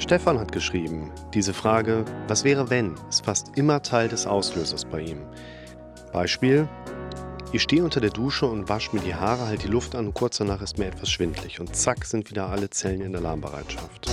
Stefan hat geschrieben, diese Frage, was wäre wenn, ist fast immer Teil des Auslösers bei ihm. Beispiel, ich stehe unter der Dusche und wasche mir die Haare, halte die Luft an und kurz danach ist mir etwas schwindelig und zack sind wieder alle Zellen in Alarmbereitschaft.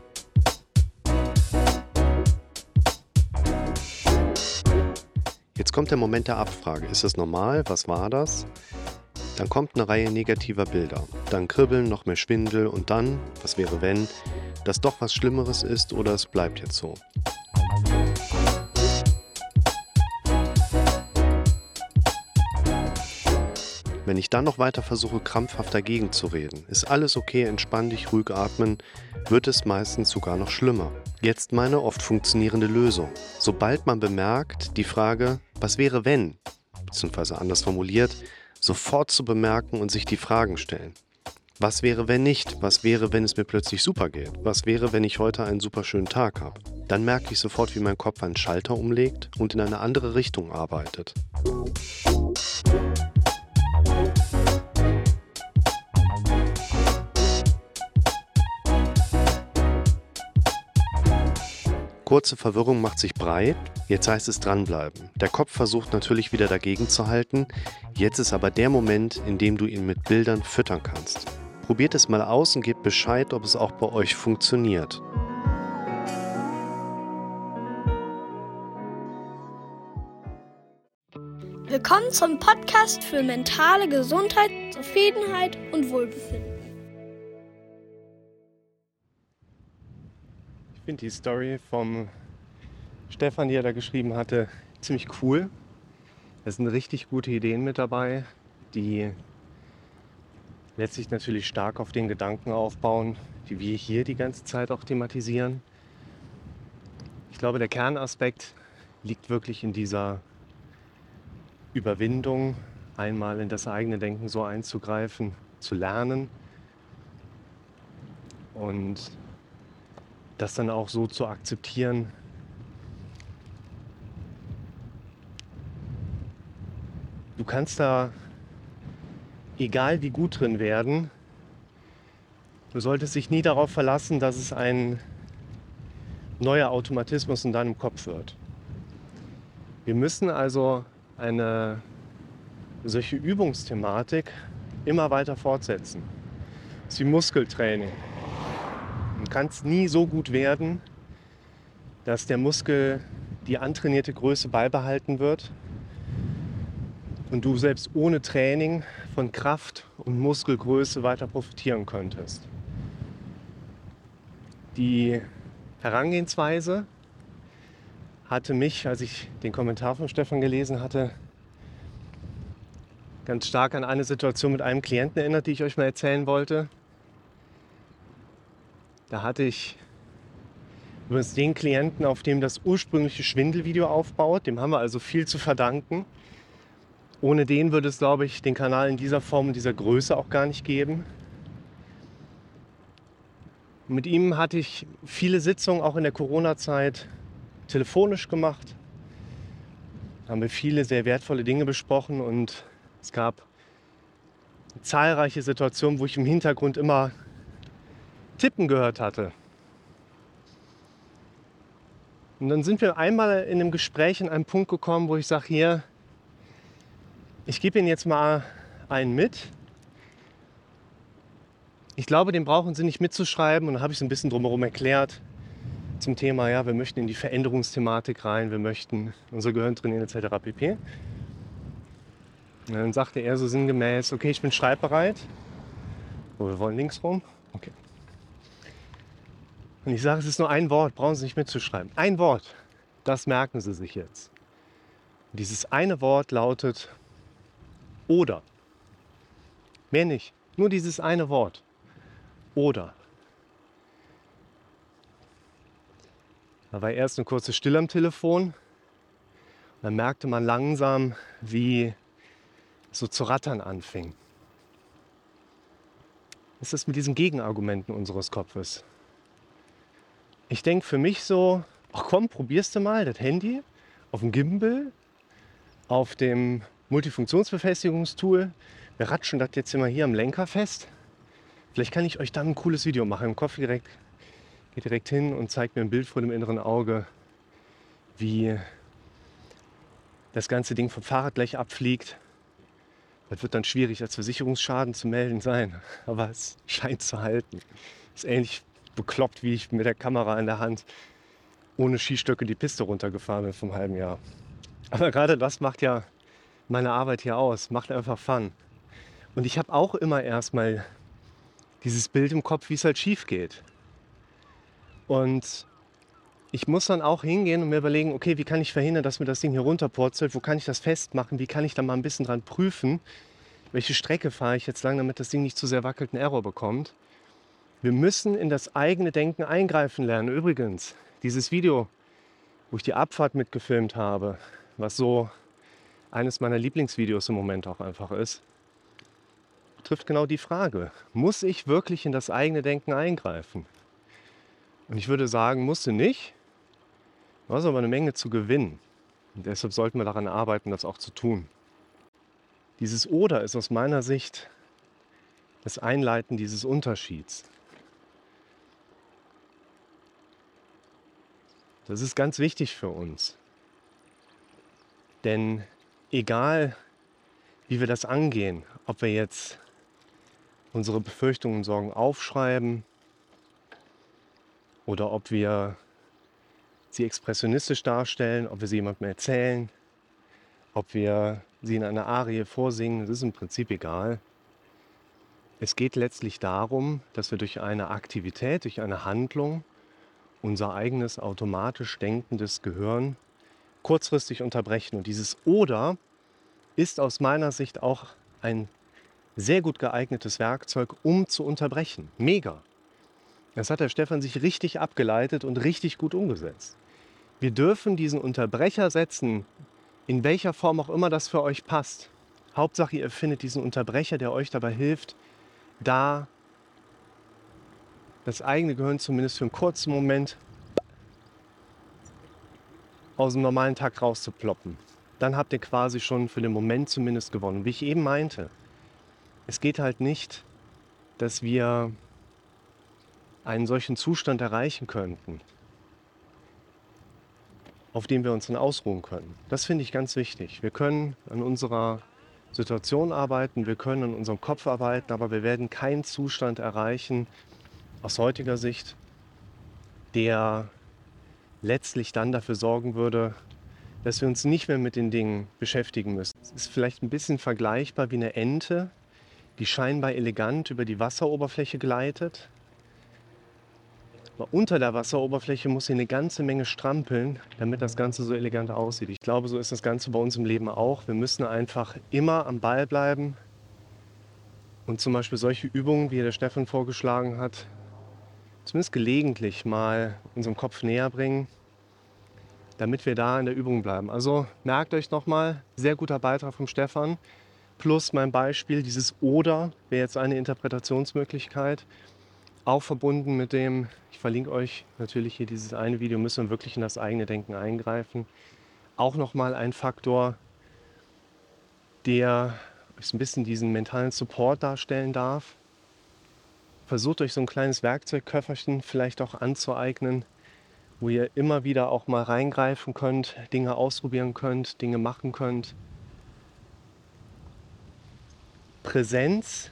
Jetzt kommt der Moment der Abfrage, ist es normal, was war das? Dann kommt eine Reihe negativer Bilder, dann Kribbeln, noch mehr Schwindel und dann, was wäre wenn, dass doch was Schlimmeres ist oder es bleibt jetzt so. Wenn ich dann noch weiter versuche, krampfhaft dagegen zu reden, ist alles okay, entspann dich, ruhig atmen, wird es meistens sogar noch schlimmer. Jetzt meine oft funktionierende Lösung. Sobald man bemerkt, die Frage, was wäre wenn, beziehungsweise anders formuliert, sofort zu bemerken und sich die Fragen stellen. Was wäre, wenn nicht? Was wäre, wenn es mir plötzlich super geht? Was wäre, wenn ich heute einen super schönen Tag habe? Dann merke ich sofort, wie mein Kopf einen Schalter umlegt und in eine andere Richtung arbeitet. Kurze Verwirrung macht sich breit, jetzt heißt es dranbleiben. Der Kopf versucht natürlich wieder dagegen zu halten, jetzt ist aber der Moment, in dem du ihn mit Bildern füttern kannst. Probiert es mal aus und gebt Bescheid, ob es auch bei euch funktioniert. Willkommen zum Podcast für mentale Gesundheit, Zufriedenheit und Wohlbefinden. Ich finde die Story vom Stefan, die er da geschrieben hatte, ziemlich cool. Es sind richtig gute Ideen mit dabei, die letztlich natürlich stark auf den Gedanken aufbauen, die wir hier die ganze Zeit auch thematisieren. Ich glaube, der Kernaspekt liegt wirklich in dieser Überwindung, einmal in das eigene Denken so einzugreifen, zu lernen und das dann auch so zu akzeptieren. Du kannst da, egal wie gut drin werden, du solltest dich nie darauf verlassen, dass es ein neuer Automatismus in deinem Kopf wird. Wir müssen also eine solche Übungsthematik immer weiter fortsetzen. Das ist wie Muskeltraining. Du kannst nie so gut werden, dass der Muskel die antrainierte Größe beibehalten wird und du selbst ohne Training von Kraft und Muskelgröße weiter profitieren könntest. Die Herangehensweise hatte mich, als ich den Kommentar von Stefan gelesen hatte, ganz stark an eine Situation mit einem Klienten erinnert, die ich euch mal erzählen wollte. Da hatte ich übrigens den Klienten, auf dem das ursprüngliche Schwindelvideo aufbaut. Dem haben wir also viel zu verdanken. Ohne den würde es, glaube ich, den Kanal in dieser Form und dieser Größe auch gar nicht geben. Mit ihm hatte ich viele Sitzungen, auch in der Corona-Zeit, telefonisch gemacht. Da haben wir viele sehr wertvolle Dinge besprochen und es gab zahlreiche Situationen, wo ich im Hintergrund immer Tippen gehört hatte. Und dann sind wir einmal in einem Gespräch an einen Punkt gekommen, wo ich sage, hier, ich gebe Ihnen jetzt mal einen mit. Ich glaube, den brauchen Sie nicht mitzuschreiben. Und dann habe ich so ein bisschen drumherum erklärt zum Thema, ja, wir möchten in die Veränderungsthematik rein, wir möchten unser Gehirn trainieren etc. pp. Und dann sagte er so sinngemäß, okay, ich bin schreibbereit. Oh, wir wollen links rum. Okay. Und ich sage, es ist nur ein Wort, brauchen Sie nicht mitzuschreiben. Ein Wort, das merken Sie sich jetzt. Und dieses eine Wort lautet oder. Mehr nicht, nur dieses eine Wort. Oder. Da war erst eine kurze Stille am Telefon. Und dann merkte man langsam, wie es so zu rattern anfing. Was ist das mit diesen Gegenargumenten unseres Kopfes? Ich denke für mich so, ach komm, probierst du mal das Handy auf dem Gimbal, auf dem Multifunktionsbefestigungstool. Wir ratschen das jetzt immer hier am Lenker fest. Vielleicht kann ich euch dann ein cooles Video machen, im Kopf direkt geht direkt hin und zeigt mir ein Bild vor dem inneren Auge, wie das ganze Ding vom Fahrrad gleich abfliegt. Das wird dann schwierig als Versicherungsschaden zu melden sein, aber es scheint zu halten. Ist ähnlich bekloppt, wie ich mit der Kamera in der Hand ohne Skistöcke die Piste runtergefahren bin vom halben Jahr. Aber gerade das macht ja meine Arbeit hier aus, macht einfach Fun. Und ich habe auch immer erstmal dieses Bild im Kopf, wie es halt schief geht. Und ich muss dann auch hingehen und mir überlegen, okay, wie kann ich verhindern, dass mir das Ding hier runterpurzelt, wo kann ich das festmachen, wie kann ich da mal ein bisschen dran prüfen, welche Strecke fahre ich jetzt lang, damit das Ding nicht zu sehr wackelt, einen Error bekommt. Wir müssen in das eigene Denken eingreifen lernen. Übrigens, dieses Video, wo ich die Abfahrt mitgefilmt habe, was so eines meiner Lieblingsvideos im Moment auch einfach ist, trifft genau die Frage, muss ich wirklich in das eigene Denken eingreifen? Und ich würde sagen, musst du nicht. Du hast aber eine Menge zu gewinnen. Und deshalb sollten wir daran arbeiten, das auch zu tun. Dieses Oder ist aus meiner Sicht das Einleiten dieses Unterschieds. Das ist ganz wichtig für uns. Denn egal, wie wir das angehen, ob wir jetzt unsere Befürchtungen und Sorgen aufschreiben oder ob wir sie expressionistisch darstellen, ob wir sie jemandem erzählen, ob wir sie in einer Arie vorsingen, das ist im Prinzip egal. Es geht letztlich darum, dass wir durch eine Aktivität, durch eine Handlung unser eigenes automatisch denkendes Gehirn kurzfristig unterbrechen. Und dieses Oder ist aus meiner Sicht auch ein sehr gut geeignetes Werkzeug, um zu unterbrechen. Mega. Das hat der Stefan sich richtig abgeleitet und richtig gut umgesetzt. Wir dürfen diesen Unterbrecher setzen, in welcher Form auch immer das für euch passt. Hauptsache, ihr findet diesen Unterbrecher, der euch dabei hilft, da das eigene Gehirn zumindest für einen kurzen Moment aus dem normalen Takt rauszuploppen. Dann habt ihr quasi schon für den Moment zumindest gewonnen. Wie ich eben meinte, es geht halt nicht, dass wir einen solchen Zustand erreichen könnten, auf dem wir uns dann ausruhen können. Das finde ich ganz wichtig. Wir können an unserer Situation arbeiten, wir können an unserem Kopf arbeiten, aber wir werden keinen Zustand erreichen, aus heutiger Sicht, der letztlich dann dafür sorgen würde, dass wir uns nicht mehr mit den Dingen beschäftigen müssen. Es ist vielleicht ein bisschen vergleichbar wie eine Ente, die scheinbar elegant über die Wasseroberfläche gleitet. Aber unter der Wasseroberfläche muss sie eine ganze Menge strampeln, damit das Ganze so elegant aussieht. Ich glaube, so ist das Ganze bei uns im Leben auch. Wir müssen einfach immer am Ball bleiben und zum Beispiel solche Übungen, wie der Stefan vorgeschlagen hat, zumindest gelegentlich mal unserem Kopf näher bringen, damit wir da in der Übung bleiben. Also merkt euch nochmal, sehr guter Beitrag vom Stefan, plus mein Beispiel, dieses Oder wäre jetzt eine Interpretationsmöglichkeit, auch verbunden mit dem, ich verlinke euch natürlich hier dieses eine Video, müssen wir wirklich in das eigene Denken eingreifen. Auch nochmal ein Faktor, der euch ein bisschen diesen mentalen Support darstellen darf. Versucht euch so ein kleines Werkzeugköfferchen vielleicht auch anzueignen, wo ihr immer wieder auch mal reingreifen könnt, Dinge ausprobieren könnt, Dinge machen könnt. Präsenz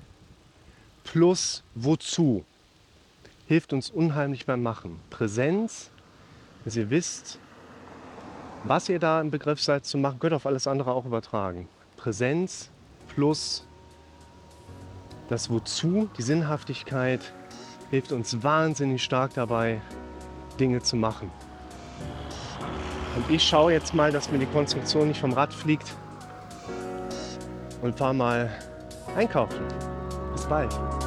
plus wozu hilft uns unheimlich beim Machen. Präsenz, dass ihr wisst, was ihr da im Begriff seid zu machen, könnt auf alles andere auch übertragen. Präsenz plus das Wozu, die Sinnhaftigkeit, hilft uns wahnsinnig stark dabei, Dinge zu machen. Und ich schaue jetzt mal, dass mir die Konstruktion nicht vom Rad fliegt und fahre mal einkaufen. Bis bald.